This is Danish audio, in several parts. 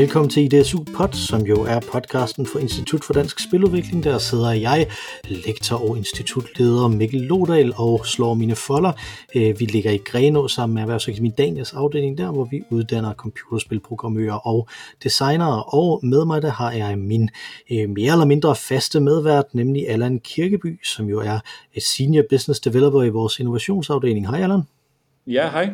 Velkommen til IDSU Pod, som jo er podcasten for Institut for Dansk Spiludvikling. Der sidder jeg, lektor og institutleder Mikkel Lodal, og slår mine folder. Vi ligger i Grenaa sammen med Erhvervsakademi Danias afdeling der, hvor vi uddanner computerspilprogrammører og designere. Og med mig der har jeg min mere eller mindre faste medvært, nemlig Allan Kirkeby, som jo er Senior Business Developer i vores innovationsafdeling. Hej Allan. Ja, hej.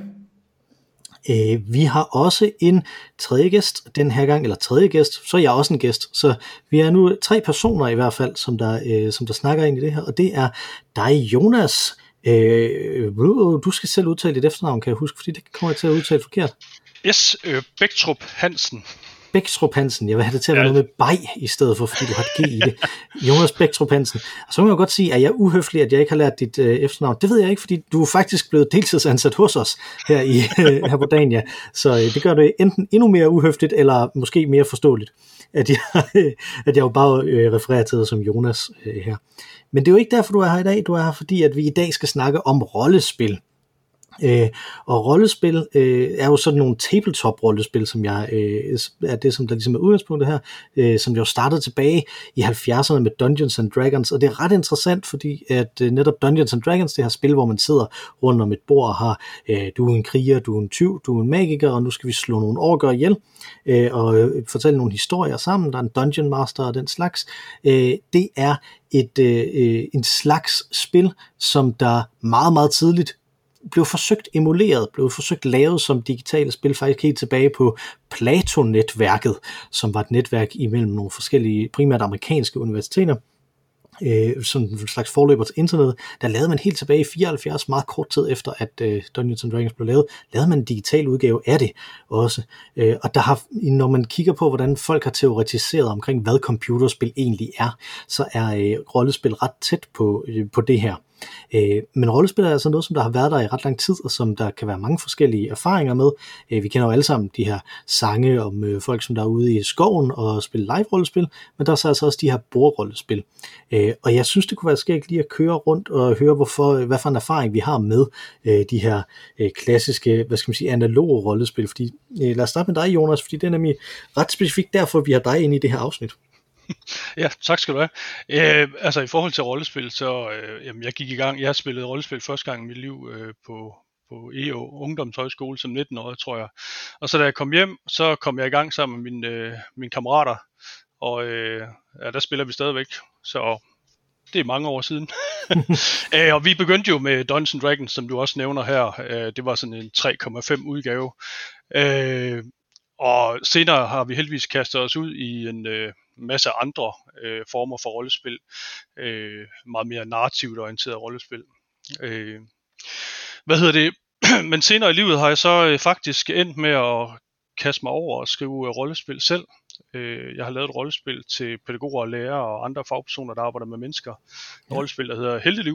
Vi har også en tredje gæst den her gang, eller tredje gæst, så er jeg også en gæst, så vi er nu 3 personer i hvert fald, som der snakker ind i det her, og det er dig, Jonas. Du skal selv udtale dit efternavn, kan jeg huske, fordi det kommer jeg til at udtale forkert. Yes, Bæktrup Hansen. Bæktrup Hansen, jeg vil have det til at være noget med baj i stedet for, fordi du har et G i det. Jonas Bæktrup Hansen. Og så kan jeg godt sige, at jeg er uhøflig, at jeg ikke har lært dit efternavn. Det ved jeg ikke, fordi du er faktisk blevet deltidsansat hos os her på Dania. Så det gør det enten endnu mere uhøfligt, eller måske mere forståeligt, at jeg jo bare refererer til dig som Jonas her. Men det er jo ikke derfor, du er her i dag. Du er her, fordi at vi i dag skal snakke om rollespil. Og rollespil er jo sådan nogle tabletop-rollespil, som er det, som der ligesom er udgangspunktet her, som jo startede tilbage i 70'erne med Dungeons and Dragons, og det er ret interessant, fordi at netop Dungeons and Dragons, det her spil, hvor man sidder rundt om et bord og har, du er en kriger, du er en tyv, du er en magiker, og nu skal vi slå nogle orker ihjel, og fortælle nogle historier sammen, der er en dungeon master og den slags. Det er en slags spil, som der meget, meget tidligt blev forsøgt emuleret, blev forsøgt lavet som digitale spil, faktisk helt tilbage på Plato-netværket, som var et netværk imellem nogle forskellige, primært amerikanske universiteter, som en slags forløber til internet. Der lavede man helt tilbage i 74, meget kort tid efter, at Dungeons and Dragons blev lavet, lavede man en digital udgave af det også. Og der har, når man kigger på, hvordan folk har teoretiseret omkring, hvad computerspil egentlig er, så er rollespil ret tæt på det her. Men rollespil er altså noget, som der har været der i ret lang tid, og som der kan være mange forskellige erfaringer med. Vi kender jo alle sammen de her sange om folk, som der er ude i skoven og spiller live-rollespil, men der er så altså også de her bordrollespil. Og jeg synes, det kunne være skægt lige at køre rundt og høre, hvad for en erfaring vi har med de her klassiske, analoge rollespil. Fordi, lad os starte med dig, Jonas, fordi det er nemlig ret specifikt derfor, vi har dig inde i det her afsnit. Ja, tak skal du have. Altså i forhold til rollespil, så jeg gik i gang. Jeg spillede rollespil første gang i mit liv på EO Ungdomshøjskole som 19-årig, tror jeg. Og så da jeg kom hjem, så kom jeg i gang sammen med mine kammerater, og der spiller vi stadigvæk. Så det er mange år siden. Og vi begyndte jo med Dungeons and Dragons, som du også nævner her. Det var sådan en 3,5 udgave. Og senere har vi heldigvis kastet os ud i en masse andre former for rollespil. Meget mere narrativt orienteret rollespil. Men senere i livet har jeg så faktisk endt med at kaste mig over og skrive rollespil selv. Jeg har lavet et rollespil til pædagoger og lærere og andre fagpersoner, der arbejder med mennesker. Et rollespil, der hedder Helteliv.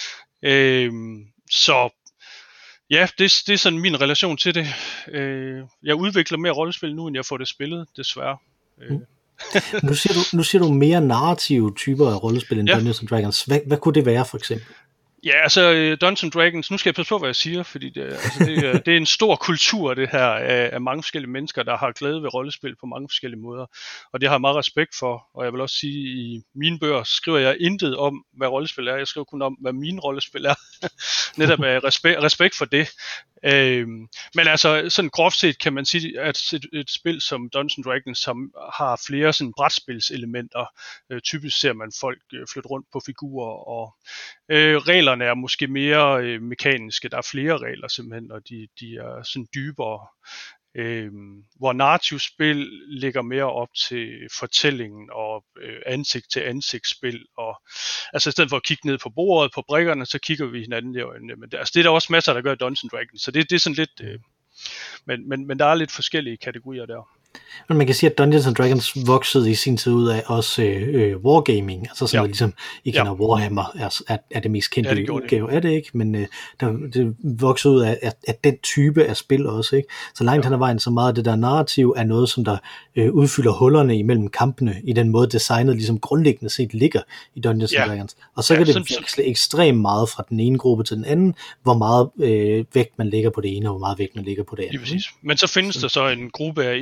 Så ja, det er sådan min relation til det. Jeg udvikler mere rollespil nu, end jeg får det spillet, desværre. Nu siger du mere narrative typer af rollespil end Dungeons and Dragons. Hvad kunne det være for eksempel? Ja, altså Dungeons and Dragons, nu skal jeg passe på, hvad jeg siger, fordi det er en stor kultur, det her, af mange forskellige mennesker, der har glæde ved rollespil på mange forskellige måder. Og det har jeg meget respekt for, og jeg vil også sige, i mine bøger skriver jeg intet om, hvad rollespil er. Jeg skriver kun om, hvad mine rollespil er. Netop med respekt for det. Men altså, sådan groft set kan man sige, at et spil som Dungeons and Dragons, som har flere sådan brætspilselementer, typisk ser man folk flytte rundt på figurer, og reglerne er måske mere mekaniske. Der er flere regler simpelthen, og de er sådan dybere. Hvor narrativspil ligger mere op til fortællingen og ansigt-til-ansigt-spil. Og altså i stedet for at kigge ned på bordet, på brikkerne, så kigger vi hinanden i øjnene. Men det er der også masser, der gør i Dungeons & Dragons, så det er sådan lidt... Men der er lidt forskellige kategorier der. Men man kan sige, at Dungeons and Dragons voksede i sin tid ud af også wargaming, altså sådan ligesom I kender Warhammer er det mest kendte udgave af det, ikke? Men det voksede ud af den type af spil også, ikke? Så langt hen ad vejen, så meget af det der narrativ er noget, som der udfylder hullerne imellem kampene i den måde designet ligesom grundlæggende set ligger i Dungeons and Dragons. Og så kan det veksle ekstremt meget fra den ene gruppe til den anden, hvor meget vægt man lægger på det ene, og hvor meget vægt man lægger på det andet. Præcis. Men så findes der så en gruppe af indies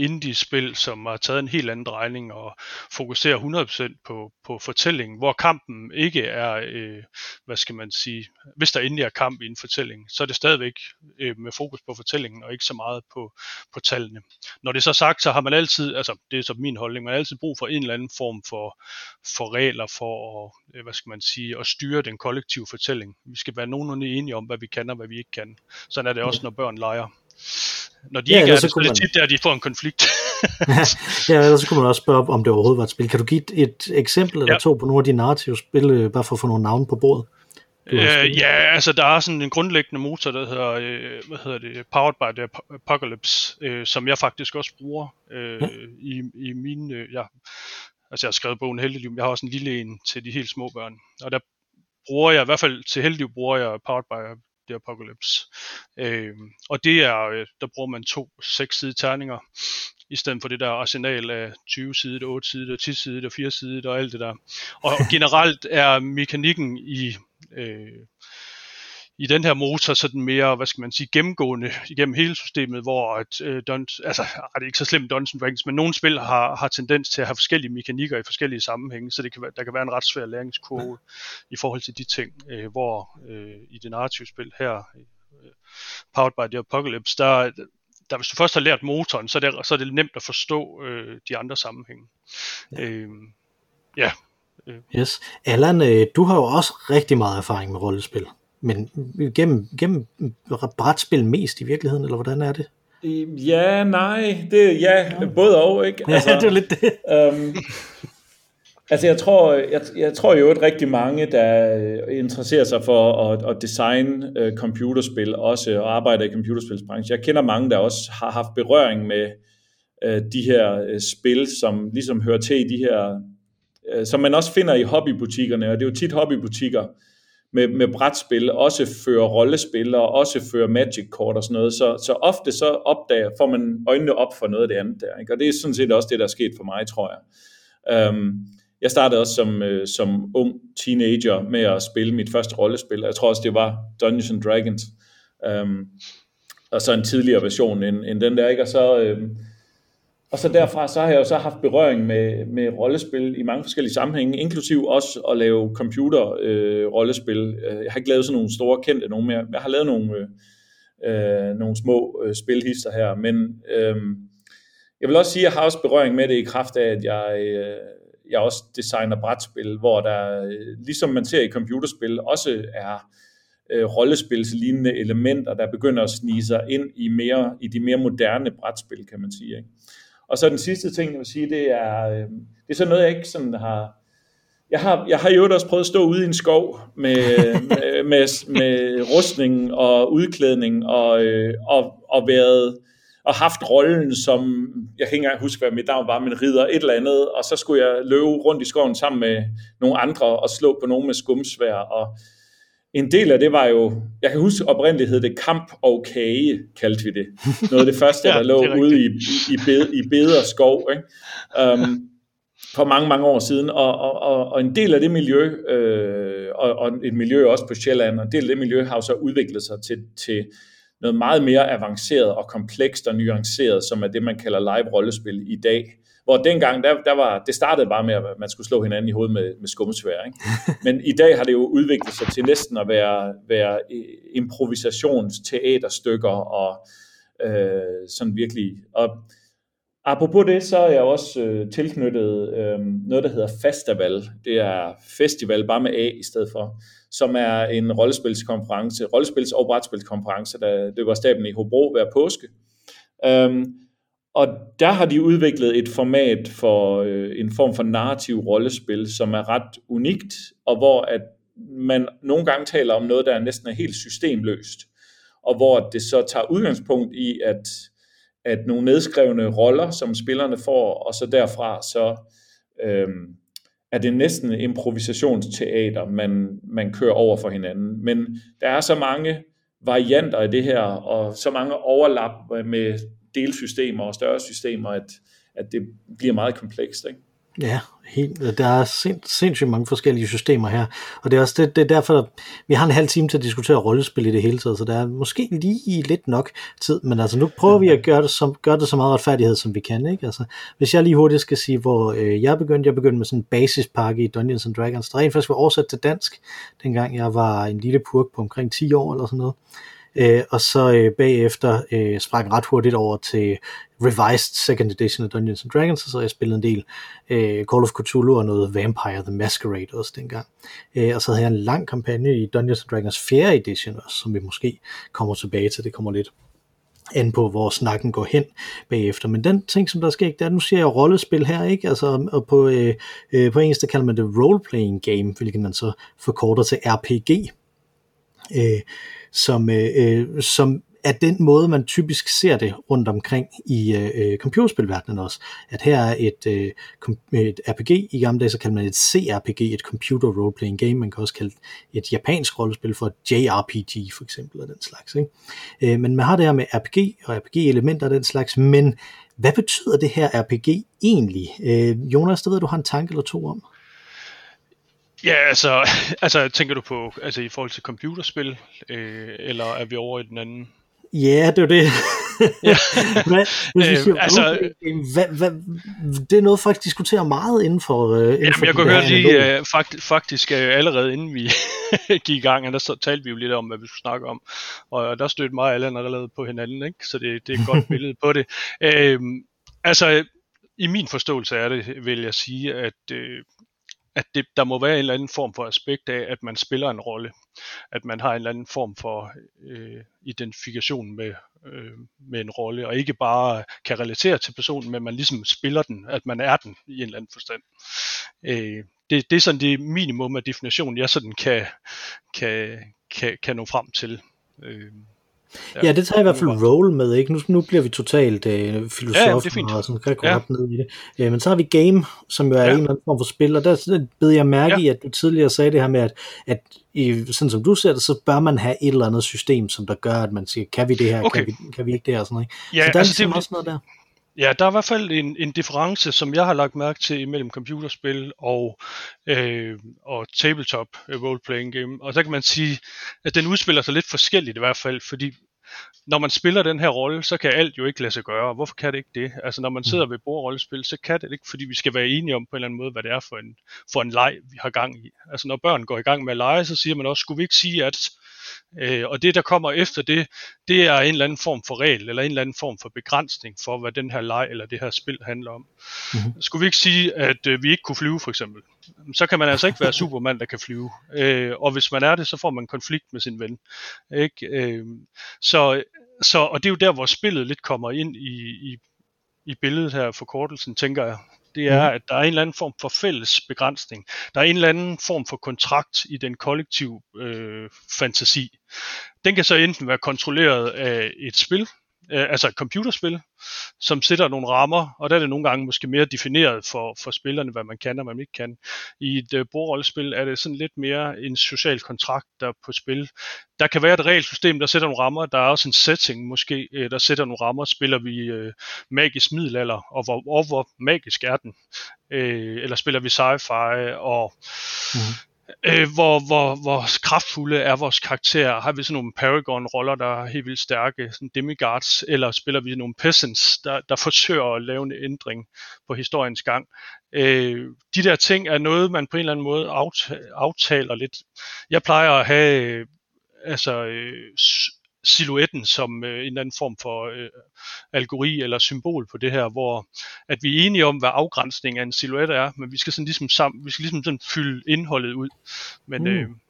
spil, som har taget en helt anden drejning og fokuserer 100% på fortællingen, hvor kampen ikke er, hvad skal man sige, hvis der endelig er kamp i en fortælling, så er det stadigvæk med fokus på fortællingen og ikke så meget på tallene. Når det er så sagt, så har man altid, altså det er så min holdning, man har altid brug for en eller anden form for regler for at, hvad skal man sige, at styre den kollektive fortælling. Vi skal være nogenlunde enige om, hvad vi kan og hvad vi ikke kan. Sådan er det også, når børn leger. Når de ikke er det, så er det tit der, de får en konflikt. Ja, ellers så kunne man også spørge, om det overhovedet var et spil. Kan du give et eksempel eller to på nogle af de narrative spil, bare for at få nogle navne på bordet? Ja, altså der er sådan en grundlæggende motor, der hedder, Powered by the Apocalypse, som jeg faktisk også bruger i mine, altså jeg har skrevet bogen Heldigeliv, men jeg har også en lille en til de helt små børn, og der bruger jeg, i hvert fald til Heldigeliv bruger jeg Powered by the Apocalypse, og det er, der bruger man 2 6-sidede terninger, i stedet for det der arsenal af 20-sidet, 8-sidet, 10-sidet og 4-sidet og alt det der. Og generelt er mekanikken i den her motor sådan mere, hvad skal man sige, gennemgående igennem hele systemet, hvor altså er det ikke så slemt Dungeons & Dragons, men nogle spil har tendens til at have forskellige mekanikker i forskellige sammenhænge, så der kan være en ret svær læringskurve i forhold til de ting, hvor i det narrative spil her, Powered by the Apocalypse, der hvis du først har lært motoren, så er det nemt at forstå de andre sammenhænge. Yes. Allan, du har jo også rigtig meget erfaring med rollespil, men gennem brætspil mest i virkeligheden, eller hvordan er det? Ja, nej, både og, ikke? Altså, ja, det er lidt det. Altså jeg tror jo, at rigtig mange, der interesserer sig for at designe computerspil, også og arbejder i computerspilsbranchen. Jeg kender mange, der også har haft berøring med de her spil, som ligesom hører til i de her, som man også finder i hobbybutikkerne, og det er jo tit hobbybutikker med brætspil, også fører rollespil og også fører Magic-kort og sådan noget, så ofte så får man øjnene op for noget af det andet der, ikke? Og det er sådan set også det, der er sket for mig, tror jeg. Jeg startede også som ung teenager med at spille mit første rollespil. Jeg tror også, det var Dungeons & Dragons. Og så en tidligere version end den der, ikke? Og så derfra så har jeg jo så haft berøring med rollespil i mange forskellige sammenhænge, inklusiv også at lave computer-rollespil. Jeg har ikke lavet sådan nogle store kendte nogen mere. Jeg har lavet nogle små spilhister her, men jeg vil også sige, at jeg har også berøring med det i kraft af, at jeg også designer brætspil, hvor der, ligesom man ser i computerspil, også er rollespilslignende elementer, der begynder at snige sig ind i de mere moderne brætspil, kan man sige, ikke? Og så den sidste ting, jeg vil sige, det er sådan noget, jeg ikke sådan har... Jeg har jo også prøvet at stå ude i en skov med rustning og udklædning og været og haft rollen som, jeg kan ikke engang huske, hvad mit navn var, men ridder et eller andet, og så skulle jeg løbe rundt i skoven sammen med nogle andre og slå på nogen med skumsværd, og en del af det var jo, jeg kan huske oprindeligt hed det kamp og kage, kaldte vi det. Noget af det første, der lå ude i Beder skov, ikke? For mange, mange år siden, og en del af det miljø, og et miljø også på Sjælland, og en del af det miljø har jo så udviklet sig til noget meget mere avanceret og komplekst og nuanceret, som er det, man kalder live-rollespil i dag. Hvor dengang, det startede bare med, at man skulle slå hinanden i hovedet med skumsværd, ikke? Men i dag har det jo udviklet sig til næsten at være improvisationsteaterstykker og sådan virkelig. Og apropos det, så er jeg også tilknyttet noget, der hedder Festival. Det er festival bare med A i stedet for, som er en rollespils- og brætspilskonference, der løber staben i Hobro hver påske. Og der har de udviklet et format for en form for narrativ rollespil, som er ret unikt, og hvor at man nogle gange taler om noget, der næsten er helt systemløst, og hvor det så tager udgangspunkt i, at nogle nedskrevne roller, som spillerne får, og så derfra så er det næsten improvisationsteater, man kører over for hinanden. Men der er så mange varianter i det her, og så mange overlap med delsystemer og større systemer, at det bliver meget komplekst, ikke? Ja, der er sindssygt mange forskellige systemer her, og det er også det er derfor, vi har en halv time til at diskutere rollespil i det hele taget, så der er måske lige lidt nok tid, men altså nu prøver vi at gøre det så meget retfærdighed, som vi kan, ikke? Altså, hvis jeg lige hurtigt skal sige, hvor jeg begyndte med sådan en basispakke i Dungeons and Dragons, der rent faktisk var oversat til dansk, dengang jeg var en lille purk på omkring 10 år eller sådan noget. Og så bagefter sprang ret hurtigt over til revised second edition af Dungeons and Dragons, og så har jeg spillet en del Call of Cthulhu og noget Vampire the Masquerade også dengang. Og så havde jeg en lang kampagne i Dungeons and Dragons 4. edition også, som vi måske kommer tilbage til. Det kommer lidt an på, hvor snakken går hen bagefter. Men den ting, som der sker, det er, nu siger jeg rollespil her, ikke? Altså, og på engelsk, der kalder man det role-playing game, hvilket man så forkorter til RPG. Som er den måde, man typisk ser det rundt omkring i computerspilverdenen også. At her er et RPG, i gamle dage så kalder man et CRPG, et Computer Role Playing Game, man kan også kalde et japansk rollespil for et JRPG for eksempel, og den slags. Ikke? Men man har det her med RPG og RPG-elementer og den slags, men hvad betyder det her RPG egentlig? Jonas, der ved du har en tanke eller to om? Ja, altså tænker du på i forhold til computerspil, eller er vi over i den anden? Ja, det er jo det. Ja. Det er noget, folk diskuterer meget inden for jeg kunne høre lige, faktisk allerede inden vi gik i gang, der talte vi jo lidt om, hvad vi skulle snakke om, og der stødte mig og Allan allerede på hinanden, ikke? Så det er et godt billede på det. I min forståelse er det, vil jeg sige, at der må være en eller anden form for aspekt af, at man spiller en rolle. At man har en eller anden form for identifikation med en rolle, og ikke bare kan relatere til personen, men man ligesom spiller den, at man er den i en eller anden forstand. Det er sådan det minimum af definition, jeg sådan kan nå frem til. Ja, det tager i hvert fald role med, ikke? Nu bliver vi totalt filosofer og sådan ret ned i det. Men så har vi game, som jo er en eller anden form for spil, og der bed jeg mærke i, at du tidligere sagde det her med, at sådan som du ser det, så bør man have et eller andet system, som der gør, at man siger, kan vi det her, kan vi ikke det her, og sådan noget. Ja, så der er ligesom også noget der. Ja, der er i hvert fald en difference, som jeg har lagt mærke til mellem computerspil og tabletop role-playing game. Og der kan man sige, at den udspiller sig lidt forskelligt i hvert fald, fordi når man spiller den her rolle, så kan alt jo ikke lade sig gøre. Hvorfor kan det ikke det? Altså når man sidder ved bordrollespil, så kan det ikke, fordi vi skal være enige om på en eller anden måde, hvad det er for en leg, vi har gang i. Altså når børn går i gang med at lege, så siger man også, skulle vi ikke sige, at og det der kommer efter det er en eller anden form for regel, eller en eller anden form for begrænsning for, hvad den her leg eller det her spil handler om. Mm-hmm. Skulle vi ikke sige, at vi ikke kunne flyve for eksempel, så kan man altså ikke være Superman, der kan flyve. Og hvis man er det, så får man konflikt med sin ven. Ikke? Og det er jo der, hvor spillet lidt kommer ind i billedet her, forkortelsen, tænker jeg. Det er, at der er en eller anden form for fælles begrænsning. Der er en eller anden form for kontrakt i den kollektive fantasi. Den kan så enten være kontrolleret af et spil, altså et computerspil, som sætter nogle rammer, og der er det nogle gange måske mere defineret for spillerne, hvad man kan og hvad man ikke kan. I et bordrollespil er det sådan lidt mere en social kontrakt, der er på spil. Der kan være et regelsystem, der sætter nogle rammer, der er også en setting måske, der sætter nogle rammer. Spiller vi magisk middelalder, og hvor magisk er den? Eller spiller vi sci-fi, og hvor kraftfulde er vores karakterer? Har vi sådan nogle Paragon-roller, der er helt vildt stærke, sådan demigods, eller spiller vi nogle peasants, der forsøger at lave en ændring på historiens gang? De der ting er noget, man på en eller anden måde aftaler lidt. Jeg plejer at have silhuetten som en eller anden form for algori eller symbol på det her, hvor at vi er enige om, hvad afgrænsning af en silhuet er, men vi skal sådan ligesom sådan fylde indholdet ud. Men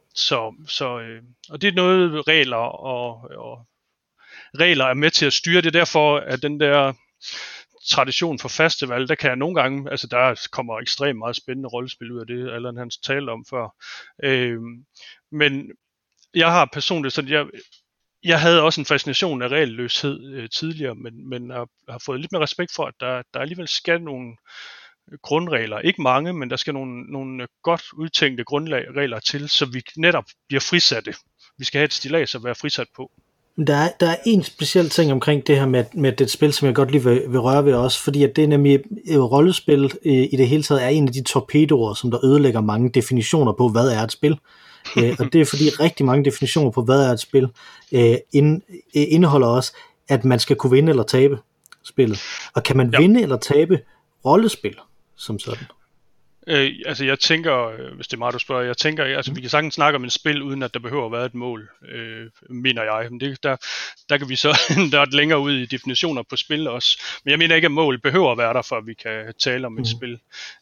og det er noget regler og regler er med til at styre. Det er derfor, at den der tradition for festival, der kan jeg nogle gange, altså der kommer ekstremt meget spændende rollespil ud af det, Allan han talte om før. Men jeg har personligt sådan, jeg havde også en fascination af regelløshed tidligere, men har fået lidt mere respekt for, at der alligevel skal nogle grundregler. Ikke mange, men der skal nogle godt udtænkte grundregler til, så vi netop bliver frisatte. Vi skal have et stillads at være frisat på. Der er en speciel ting omkring det her med det spil, som jeg godt lige vil røre ved også, fordi at det er nemlig rollespil i det hele taget er en af de torpedoer, som der ødelægger mange definitioner på, hvad er et spil. Og det er fordi rigtig mange definitioner på, hvad er et spil, indeholder også, at man skal kunne vinde eller tabe spillet. Og kan man vinde eller tabe rollespil som sådan? Altså jeg tænker, hvis det er meget du spørger, jeg tænker, altså vi kan sagtens snakke om et spil, uden at der behøver at være et mål, mener jeg. Men der kan vi så der længere ud i definitioner på spil også. Men jeg mener ikke, at mål behøver at være der, for at vi kan tale om et spil.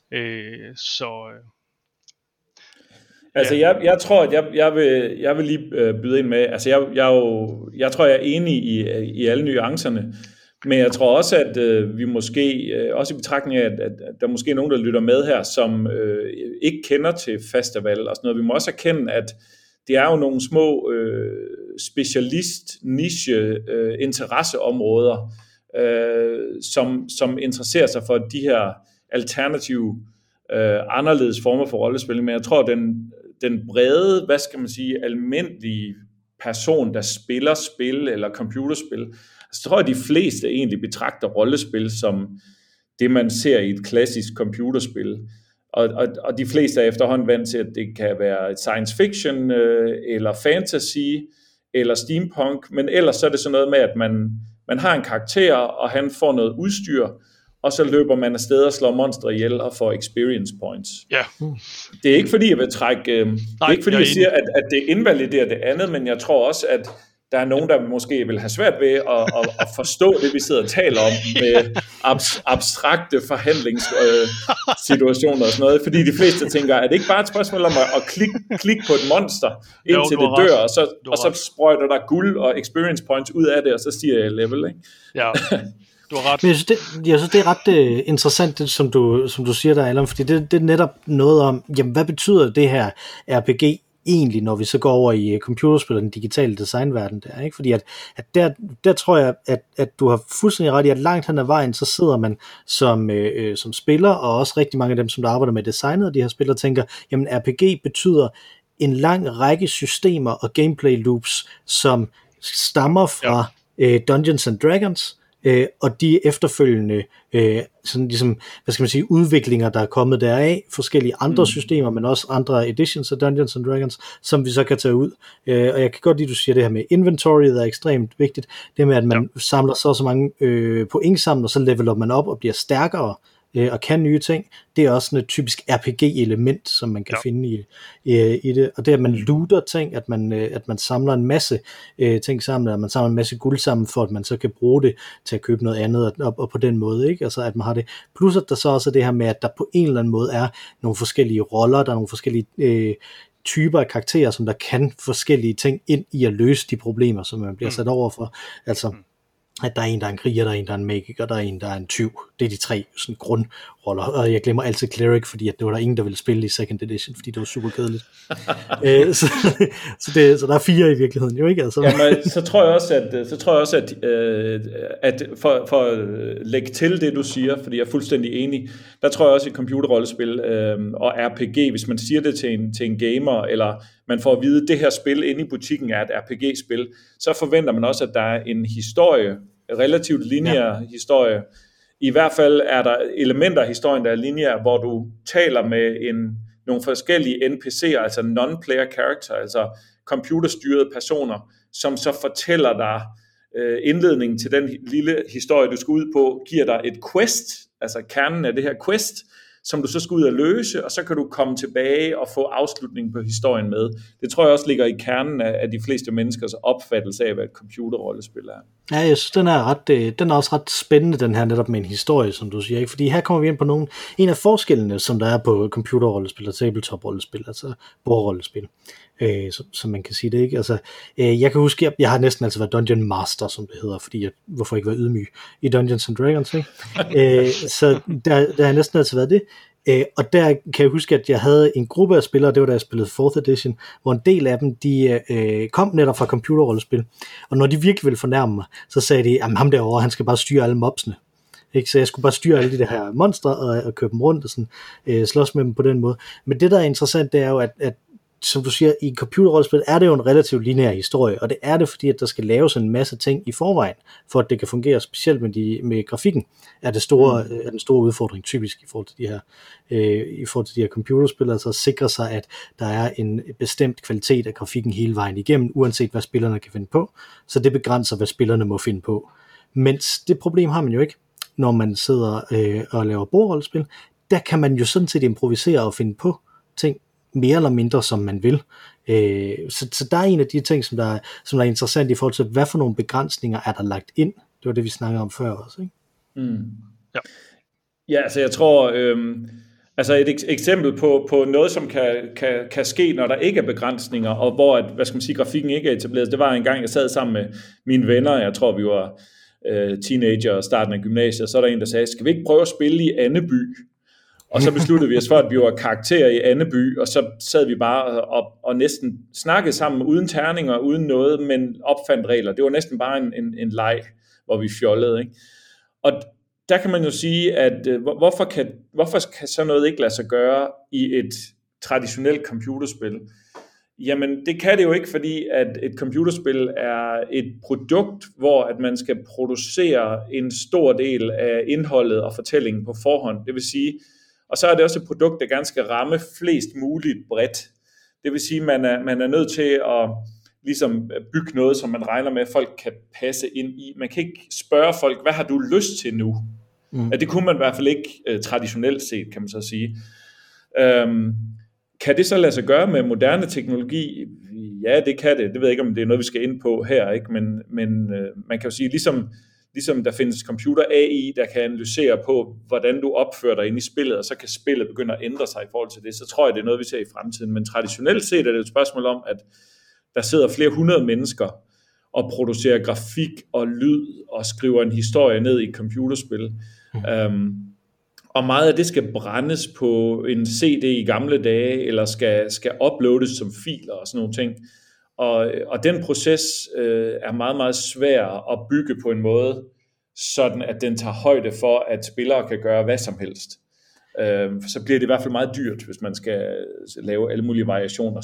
Altså jeg tror, at jeg vil lige byde ind med, altså jeg tror, jeg er enig i alle nuancerne. Men jeg tror også, at vi måske, også i betragtning af, at der måske er nogen, der lytter med her, som ikke kender til festival og sådan noget. Vi må også erkende, at det er jo nogle små specialist-niche-interesseområder, som interesserer sig for de her alternative, anderledes former for rollespil. Men jeg tror, den brede, hvad skal man sige, almindelige person, der spiller spil eller computerspil, så tror jeg, at de fleste egentlig betragter rollespil som det, man ser i et klassisk computerspil. Og de fleste er efterhånden vant til, at det kan være science fiction, eller fantasy, eller steampunk, men ellers så er det sådan noget med, at man har en karakter, og han får noget udstyr, og så løber man afsted og slår monstre ihjel og får experience points. Ja. Det er ikke fordi, jeg vil trække... det er ikke fordi, jeg siger, at det invaliderer det andet, men jeg tror også, at der er nogen, der måske vil have svært ved at forstå det, vi sidder og taler om med abstrakte forhandlingssituationer og sådan noget, fordi de fleste tænker, at det ikke bare er et spørgsmål om at klikke på et monster, indtil det dør, og så sprøjter der guld og experience points ud af det, og så stiger jeg level, ikke? Ja, du har ret. Men jeg synes, det er ret interessant, det, som du siger der, Allan, fordi det er netop noget om, jamen, hvad betyder det her RPG egentlig, når vi så går over i computerspil og den digitale designverden der, ikke? Fordi at der tror jeg, at du har fuldstændig ret i, at langt hen ad vejen, så sidder man som spiller, og også rigtig mange af dem, som der arbejder med designet af de her spillere, tænker, jamen RPG betyder en lang række systemer og gameplay loops, som stammer fra Dungeons and Dragons, og de efterfølgende sådan ligesom, hvad skal man sige, udviklinger, der er kommet deraf, forskellige andre systemer, men også andre editions af Dungeons and Dragons, som vi så kan tage ud. Og jeg kan godt lide, du siger det her med inventory, der er ekstremt vigtigt. Det med, at man samler så mange point sammen, og så leveler man op og bliver stærkere, og kan nye ting, det er også sådan et typisk RPG-element, som man kan finde i det, og det at man looter ting, at man samler en masse ting sammen, at man samler en masse guld sammen, for at man så kan bruge det til at købe noget andet, og på den måde, ikke? Altså at man har det, plus at der så også er det her med, at der på en eller anden måde er nogle forskellige roller, der er nogle forskellige typer af karakterer, som der kan forskellige ting ind i at løse de problemer, som man bliver sat over for, altså at der er en, der er en kriger, der er en, der er en magiker, der er en, der er en tyv. Det er de tre sådan grundroller, og jeg glemmer altid Cleric, fordi at det var der ingen, der ville spille i second edition, fordi det var super kedeligt. Så der er 4 i virkeligheden, jo ikke? Altså. Jamen, så tror jeg også, at for at lægge til det, du siger, fordi jeg er fuldstændig enig, der tror jeg også i computerrollespil og RPG, hvis man siger det til en gamer, eller man får at vide, at det her spil inde i butikken er et RPG-spil, så forventer man også, at der er en historie, relativt lineær historie. I hvert fald er der elementer af historien, der er lineær, hvor du taler med nogle forskellige NPC'er, altså non-player character, altså computerstyrede personer, som så fortæller dig indledningen til den lille historie, du skal ud på, giver dig et quest, altså kernen af det her quest, som du så skal ud og løse, og så kan du komme tilbage og få afslutningen på historien med. Det tror jeg også ligger i kernen af de fleste menneskers opfattelse af, hvad et computerrollespil er. Ja, jeg synes, den er også ret spændende, den her netop med en historie, som du siger, ikke? Fordi her kommer vi ind på en af forskellene, som der er på computerrollespil og tabletop-rollespil, altså bordrollespil, som man kan sige det, ikke? Altså, jeg kan huske, jeg har næsten altid været Dungeon Master, som det hedder, fordi hvorfor ikke være ydmyg i Dungeons and Dragons, ikke? Så der har næsten altid været det. Og der kan jeg huske, at jeg havde en gruppe af spillere, det var da jeg spillede 4th edition, hvor en del af dem, de kom netop fra computerrollespil, og når de virkelig ville fornærme mig, så sagde de, at ham derovre, han skal bare styre alle mobsene. Ikke? Så jeg skulle bare styre alle de her monstre og køre dem rundt og sådan, slås med dem på den måde. Men det, der er interessant, det er jo, at som du siger, i computerrollespil er det jo en relativt lineær historie, og det er det, fordi at der skal laves en masse ting i forvejen, for at det kan fungere, specielt med grafikken, er den store udfordring typisk i forhold til de her computerspil, altså at sikre sig, at der er en bestemt kvalitet af grafikken hele vejen igennem, uanset hvad spillerne kan finde på, så det begrænser, hvad spillerne må finde på. Mens det problem har man jo ikke, når man sidder og laver bordrollespil. Der kan man jo sådan set improvisere og finde på ting mere eller mindre, som man vil. Så der er en af de ting, som der er interessant i forhold til, hvad for nogle begrænsninger er der lagt ind. Det var det, vi snakkede om før også, ikke? Ja, altså jeg tror, altså et eksempel på noget, som kan ske, når der ikke er begrænsninger, og hvor, hvad skal man sige, grafikken ikke er etableret. Det var en gang, jeg sad sammen med mine venner, jeg tror, vi var teenager og starten af gymnasiet, og så er der en, der sagde, skal vi ikke prøve at spille i Andeby? Og så besluttede vi os for, at vi var karakterer i Andeby, og så sad vi bare og næsten snakkede sammen uden terninger, uden noget, men opfandt regler. Det var næsten bare en leg, hvor vi fjollede, ikke? Og der kan man jo sige, at hvorfor kan så noget ikke lade sig gøre i et traditionelt computerspil? Jamen, det kan det jo ikke, fordi at et computerspil er et produkt, hvor at man skal producere en stor del af indholdet og fortællingen på forhånd. Det vil sige, og så er det også et produkt, der gerne skal ramme flest muligt bredt. Det vil sige, man er nødt til at ligesom bygge noget, som man regner med, at folk kan passe ind i. Man kan ikke spørge folk, hvad har du lyst til nu? Ja, det kunne man i hvert fald ikke traditionelt set, kan man så sige. Kan det så lade sig gøre med moderne teknologi? Ja, det kan det. Det ved jeg ikke, om det er noget, vi skal ind på her, ikke? Men man kan jo sige, ligesom der findes computer AI, der kan analysere på, hvordan du opfører dig inde i spillet, og så kan spillet begynde at ændre sig i forhold til det, så tror jeg, det er noget, vi ser i fremtiden. Men traditionelt set er det et spørgsmål om, at der sidder flere hundrede mennesker og producerer grafik og lyd og skriver en historie ned i et computerspil. Og meget af det skal brændes på en CD i gamle dage, eller skal uploades som filer og sådan nogle ting. Og den proces er meget, meget svær at bygge på en måde, sådan at den tager højde for, at spillere kan gøre hvad som helst. Så bliver det i hvert fald meget dyrt, hvis man skal lave alle mulige variationer,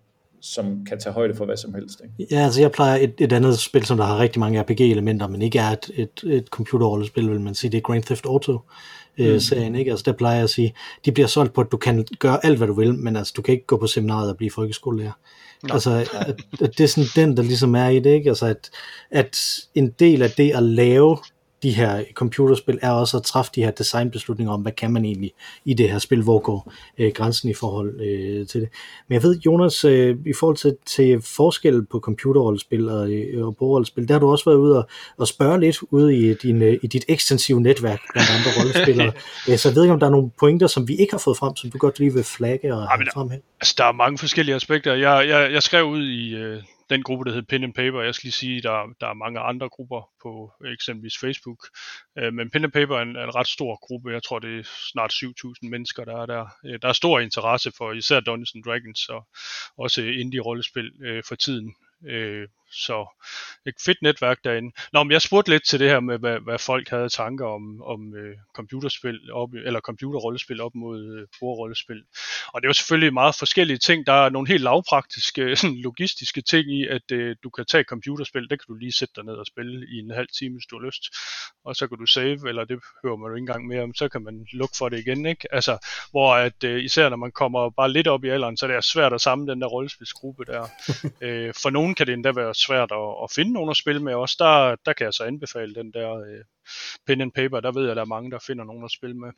som kan tage højde for hvad som helst, ikke? Ja, altså jeg plejer et andet spil, som der har rigtig mange RPG-elementer, men ikke er et computerrollespil, vil man sige, det er Grand Theft Auto serien, ikke? Altså der plejer jeg at sige, de bliver solgt på, at du kan gøre alt, hvad du vil, men altså du kan ikke gå på seminariet og blive folkeskolelærer. No. Altså at det er sådan den, der ligesom er i det, ikke? Altså at en del af det at lave de her computerspil er også at træffe de her designbeslutninger om, hvad kan man egentlig i det her spil, hvor går grænsen i forhold til det. Men jeg ved, Jonas, i forhold til forskel på computerrollespil og bordrollespil, der har du også været ude og spørge lidt ude i dit ekstensive netværk blandt andre rollespillere. Så jeg ved ikke, om der er nogle pointer, som vi ikke har fået frem, som du godt lige vil flagge og have frem her. Altså, der er mange forskellige aspekter. Jeg skrev ud i den gruppe, der hedder Pen and Paper. Jeg skal lige sige, der er mange andre grupper på eksempelvis Facebook. Men Pen and Paper er en ret stor gruppe. Jeg tror, det er snart 7.000 mennesker, der er der. Der er stor interesse for især Dungeons & Dragons og også indie-rollespil for tiden. Så et fedt netværk derinde. Men jeg spurgte lidt til det her med, hvad folk havde tanker om computerspil eller computerrollespil op mod bordrollespil. Og det er jo selvfølgelig meget forskellige ting. Der er nogle helt lavpraktiske, sådan logistiske ting i, at du kan tage computerspil, det kan du lige sætte dig ned og spille i en halv time, hvis du har lyst. Og så kan du save, eller det hører man jo ikke engang mere om, så kan man lukke for det igen, ikke? Altså, hvor at især når man kommer bare lidt op i alderen, så er det svært at samle den der rollespilsgruppe der. For nogen kan det endda være svært at finde nogen at spille med også. Der kan jeg så anbefale den der Pen and Paper. Der ved jeg, der er mange, der finder nogen at spille med.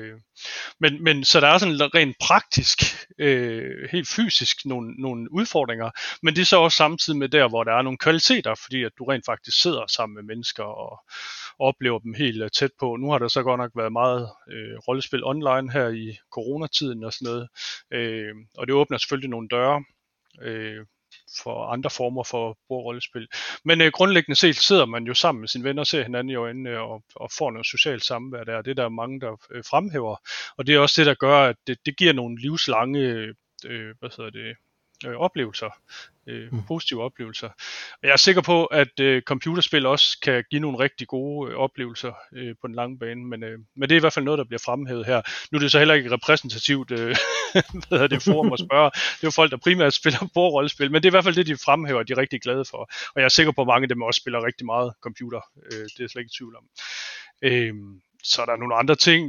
Men så der er sådan rent praktisk, helt fysisk nogle udfordringer, men det er så også samtidig med der, hvor der er nogle kvaliteter, fordi at du rent faktisk sidder sammen med mennesker og oplever dem helt tæt på. Nu har der så godt nok været meget rollespil online her i coronatiden og sådan noget, og det åbner selvfølgelig nogle døre for andre former for bordrollespil. Men grundlæggende set sidder man jo sammen med sine venner, ser hinanden i øjnene og får noget socialt samvær der. Det er der mange, der fremhæver. Og det er også det, der gør, at det giver nogle livslange oplevelser. Positive oplevelser. Og jeg er sikker på, at computerspil også kan give nogle rigtig gode oplevelser på den lange bane, men det er i hvert fald noget, der bliver fremhævet her. Nu er det så heller ikke repræsentativt det forum at spørge. Det er jo folk, der primært spiller bordrollespil, men det er i hvert fald det, de fremhæver, de er rigtig glade for. Og jeg er sikker på, at mange af dem også spiller rigtig meget computer. Det er jeg slet ikke i tvivl om. Så er der nogle andre ting,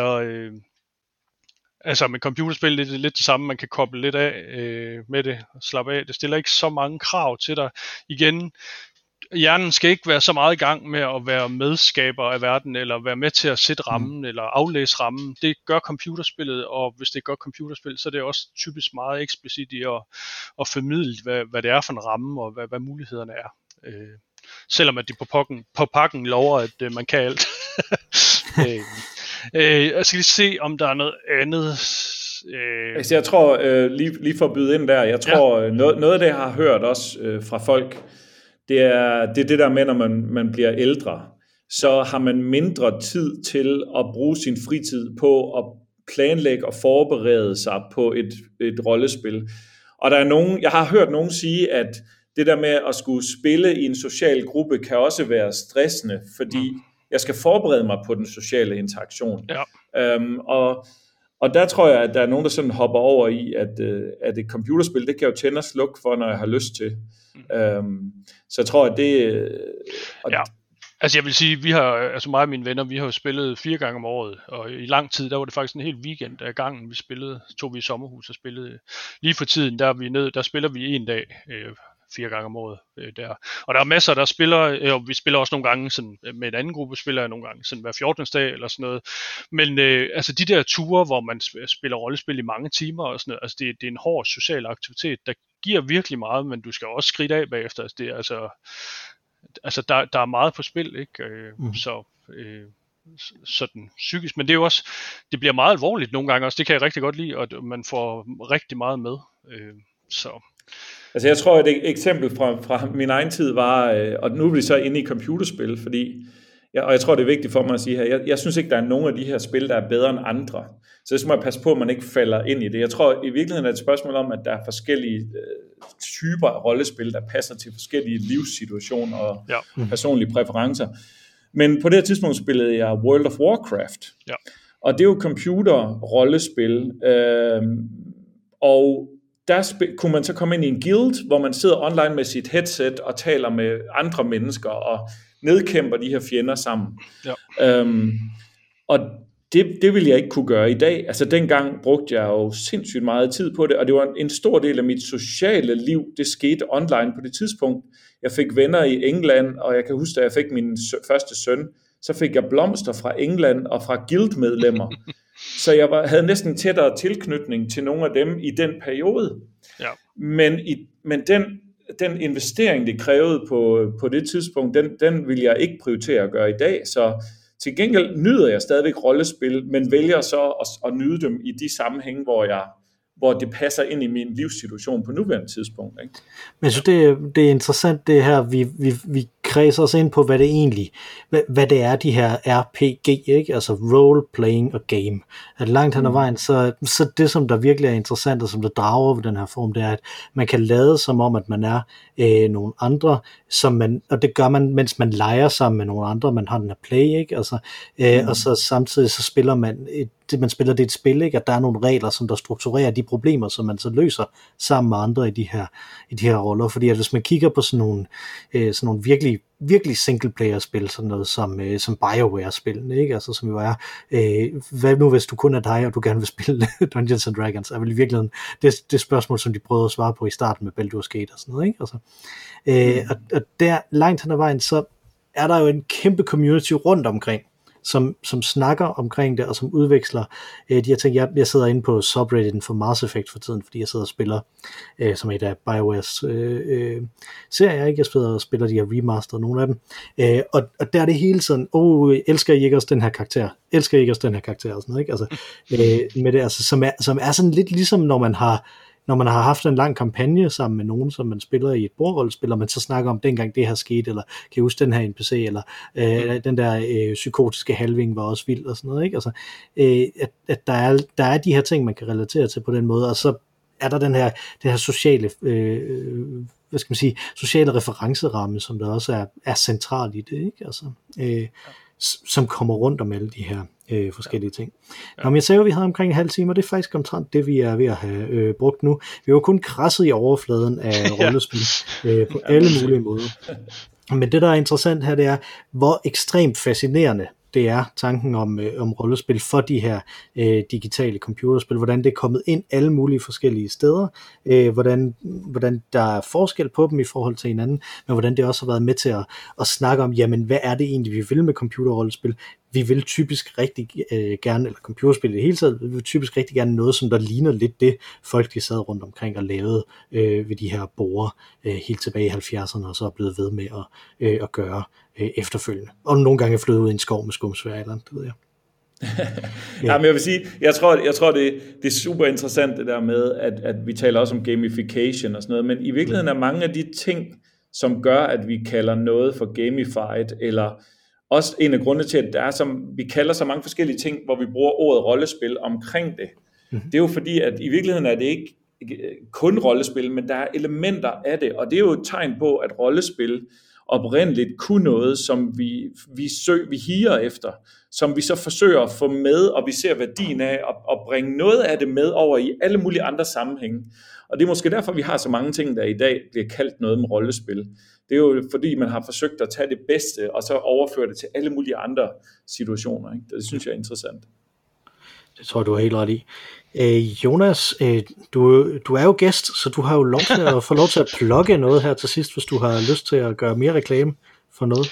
altså med computerspil, det er lidt det samme, man kan koble lidt af med det og slappe af. Det stiller ikke så mange krav til dig. Igen, hjernen skal ikke være så meget i gang med at være medskaber af verden, eller være med til at sætte rammen, eller aflæse rammen. Det gør computerspillet, og hvis det gør computerspil, så er det også typisk meget eksplicit i at formidle, hvad det er for en ramme, og hvad mulighederne er. Selvom at de på pakken lover, at man kan alt. Jeg skal lige se, om der er noget andet. Altså jeg tror, lige for at byde ind der, jeg tror, noget af det, jeg har hørt også fra folk, det er det der med, når man bliver ældre, så har man mindre tid til at bruge sin fritid på at planlægge og forberede sig på et rollespil. Og der er jeg har hørt nogen sige, at det der med at skulle spille i en social gruppe kan også være stressende, fordi jeg skal forberede mig på den sociale interaktion. Ja. Og der tror jeg, at der er nogen, der sådan hopper over i, at et computerspil, det kan jo tænde og slukke for, når jeg har lyst til. Så jeg tror, at det... Ja. Altså jeg vil sige, vi har, altså mig og mine venner, vi har jo spillet 4 gange om året, og i lang tid, der var det faktisk en hel weekend af gangen, vi spillede, tog vi i sommerhus og spillede. Lige for tiden, der spiller vi 1 dag, 4 gange om året der. Og der er masser, der spiller, og vi spiller også nogle gange sådan, med en anden gruppe, spiller jeg nogle gange sådan hver 14. dag eller sådan noget. Men altså de der ture, hvor man spiller rollespil i mange timer og sådan noget, altså det er en hård social aktivitet, der giver virkelig meget, men du skal også skride af bagefter. Altså det er altså der er meget på spil, ikke? Så sådan psykisk, men det er jo også, det bliver meget alvorligt nogle gange også, det kan jeg rigtig godt lide, og man får rigtig meget med. Så altså jeg tror, at et eksempel fra min egen tid var, og nu er vi så inde i computerspil, fordi, og jeg tror, det er vigtigt for mig at sige her, jeg synes ikke, der er nogen af de her spil, der er bedre end andre. Så det skal man passe på, at man ikke falder ind i det. Jeg tror i virkeligheden er det et spørgsmål om, at der er forskellige typer af rollespil, der passer til forskellige livssituationer og personlige præferencer. Men på det her tidspunkt spillede jeg World of Warcraft. Ja. Og det er jo computer-rollespil. Og der kunne man så komme ind i en guild, hvor man sidder online med sit headset og taler med andre mennesker og nedkæmper de her fjender sammen. Ja. Og det ville jeg ikke kunne gøre i dag. Altså dengang brugte jeg jo sindssygt meget tid på det, og det var en stor del af mit sociale liv, det skete online på det tidspunkt. Jeg fik venner i England, og jeg kan huske, da jeg fik min første søn, så fik jeg blomster fra England og fra guildmedlemmer. Så jeg havde næsten tættere tilknytning til nogle af dem i den periode. Ja. Men den investering, det krævede på det tidspunkt, den vil jeg ikke prioritere at gøre i dag. Så til gengæld nyder jeg stadigvæk rollespil, men vælger så at nyde dem i de sammenhænge, hvor det passer ind i min livssituation på nuværende tidspunkt. Ikke? Men så det er interessant det her, vi kredser os ind på, hvad det egentlig, hvad det er, de her RPG, ikke? Altså role, playing og game. At langt hen ad vejen, så det, som der virkelig er interessant, og som der drager ved den her form, det er, at man kan lade som om, at man er nogle andre, og det gør man, mens man leger sammen med nogle andre, man har den her play, ikke? Altså, og så samtidig så spiller man man spiller det et spil, ikke? At der er nogle regler, som der strukturerer de problemer, som man så løser sammen med andre i de her roller. Fordi at hvis man kigger på sådan nogle virkelig single-player-spil, sådan noget som BioWare-spillene, ikke? Altså, som jo er, hvad nu hvis du kun er dig, og du gerne vil spille Dungeons and Dragons, er vel i virkeligheden det spørgsmål, som de prøvede at svare på i starten med Baldur's Gate og sådan noget, ikke? Altså, og der langt hen ad vejen, så er der jo en kæmpe community rundt omkring, som snakker omkring det, og som udveksler de her ting. Jeg sidder inde på subredditen for Mass Effect for tiden, fordi jeg sidder og spiller som et af BioWares serier, ikke? Jeg sidder og spiller de her remaster, nogle af dem. Og der er det hele tiden, elsker I ikke også den her karakter? Elsker I ikke også den her karakter? Og sådan noget, ikke? Altså, med det, altså, som er sådan lidt ligesom, når man har haft en lang kampagne sammen med nogen, som man spiller i et bordrollespil, og man så snakker om, dengang det her skete, eller kan I huske den her NPC, eller den der psykotiske halving var også vild, og sådan noget, ikke? Altså, at der er de her ting, man kan relatere til på den måde, og så er der den her sociale, hvad skal man sige, sociale referenceramme, som der også er central i det, ikke? Altså, som kommer rundt om alle de her forskellige ting. Nå, men jeg sagde jo, at vi havde omkring en halv time, og det er faktisk omtrent det, vi er ved at have brugt nu. Vi var kun krasset i overfladen af rollespil på alle mulige måder. Men det, der er interessant her, det er, hvor ekstremt fascinerende det er tanken om rollespil for de her digitale computerspil, hvordan det er kommet ind alle mulige forskellige steder, hvordan der er forskel på dem i forhold til hinanden, men hvordan det også har været med til at snakke om, jamen hvad er det egentlig, vi vil med computerrollespil? Vi vil typisk rigtig gerne, eller computerspil i det hele taget, vi vil typisk rigtig gerne noget, som der ligner lidt det, folk de sad rundt omkring og lavede ved de her borde helt tilbage i 70'erne, og så er blevet ved med at gøre efterfølgende. Og nogle gange er flyttet ud i en skov med skumsvær eller andet, det ved jeg. Ja, men jeg vil sige, jeg tror det er super interessant det der med, at vi taler også om gamification og sådan noget, men i virkeligheden er mange af de ting, som gør, at vi kalder noget for gamified, eller også en af grundene til, at vi kalder så mange forskellige ting, hvor vi bruger ordet rollespil omkring det. Det er jo fordi, at i virkeligheden er det ikke kun rollespil, men der er elementer af det, og det er jo et tegn på, at rollespil oprindeligt kunne noget, som vi higer efter, som vi så forsøger at få med, og vi ser værdien af at bringe noget af det med over i alle mulige andre sammenhænge. Og det er måske derfor, vi har så mange ting, der i dag bliver kaldt noget med rollespil. Det er jo fordi, man har forsøgt at tage det bedste, og så overføre det til alle mulige andre situationer. Ikke? Det synes jeg er interessant. Det tror jeg, du har helt ret i. Jonas, du er jo gæst, så du har jo lov til at få lov til at plukke noget her til sidst, hvis du har lyst til at gøre mere reklame for noget.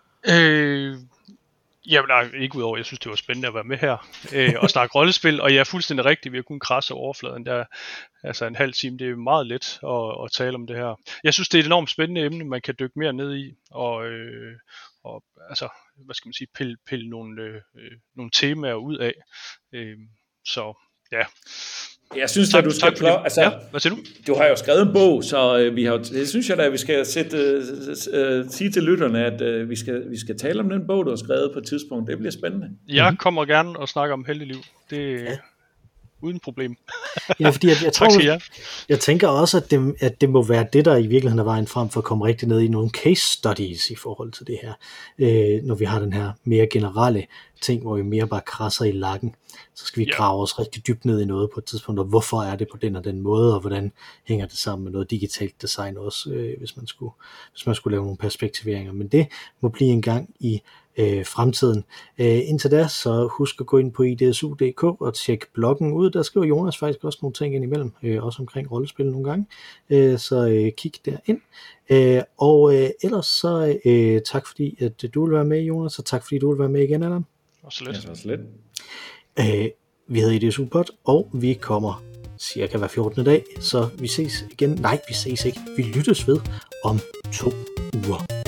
Jamen nej, ikke udover, jeg synes, det var spændende at være med her og snakke rollespil, og jeg er fuldstændig rigtig, vi har kun krasse overfladen. Der, altså en halv time, det er meget let at tale om det her. Jeg synes, det er et enormt spændende emne, man kan dykke mere ned i, og altså, hvad skal man sige, pille nogle temaer ud af. Så ja. Jeg synes, at du skal altså, ja, hvad siger du? Du har jo skrevet en bog, så det synes jeg da, at vi skal sige til lytterne, at vi skal tale om den bog, du har skrevet på et tidspunkt. Det bliver spændende. Jeg kommer gerne og snakker om Heldig Liv. Det uden problem. Ja, fordi jeg tænker også, at det må være det, der i virkeligheden er vejen frem for at komme rigtig ned i nogle case studies i forhold til det her. Når vi har den her mere generelle ting, hvor vi mere bare krasser i lakken, så skal vi grave os rigtig dybt ned i noget på et tidspunkt, og hvorfor er det på den og den måde, og hvordan hænger det sammen med noget digitalt design også, hvis man skulle lave nogle perspektiveringer. Men det må blive en gang i fremtiden. Indtil da, så husk at gå ind på idsu.dk og tjekke bloggen ud. Der skriver Jonas faktisk også nogle ting ind imellem, også omkring rollespil nogle gange. Så kig derind. Og ellers så tak fordi, at du vil være med, Jonas, og tak fordi du vil være med igen, Allan. Så lidt. Vi hedder IDSU-pod, og vi kommer cirka hver 14. dag, så vi ses igen. Nej, vi ses ikke. Vi lyttes ved om 2 uger.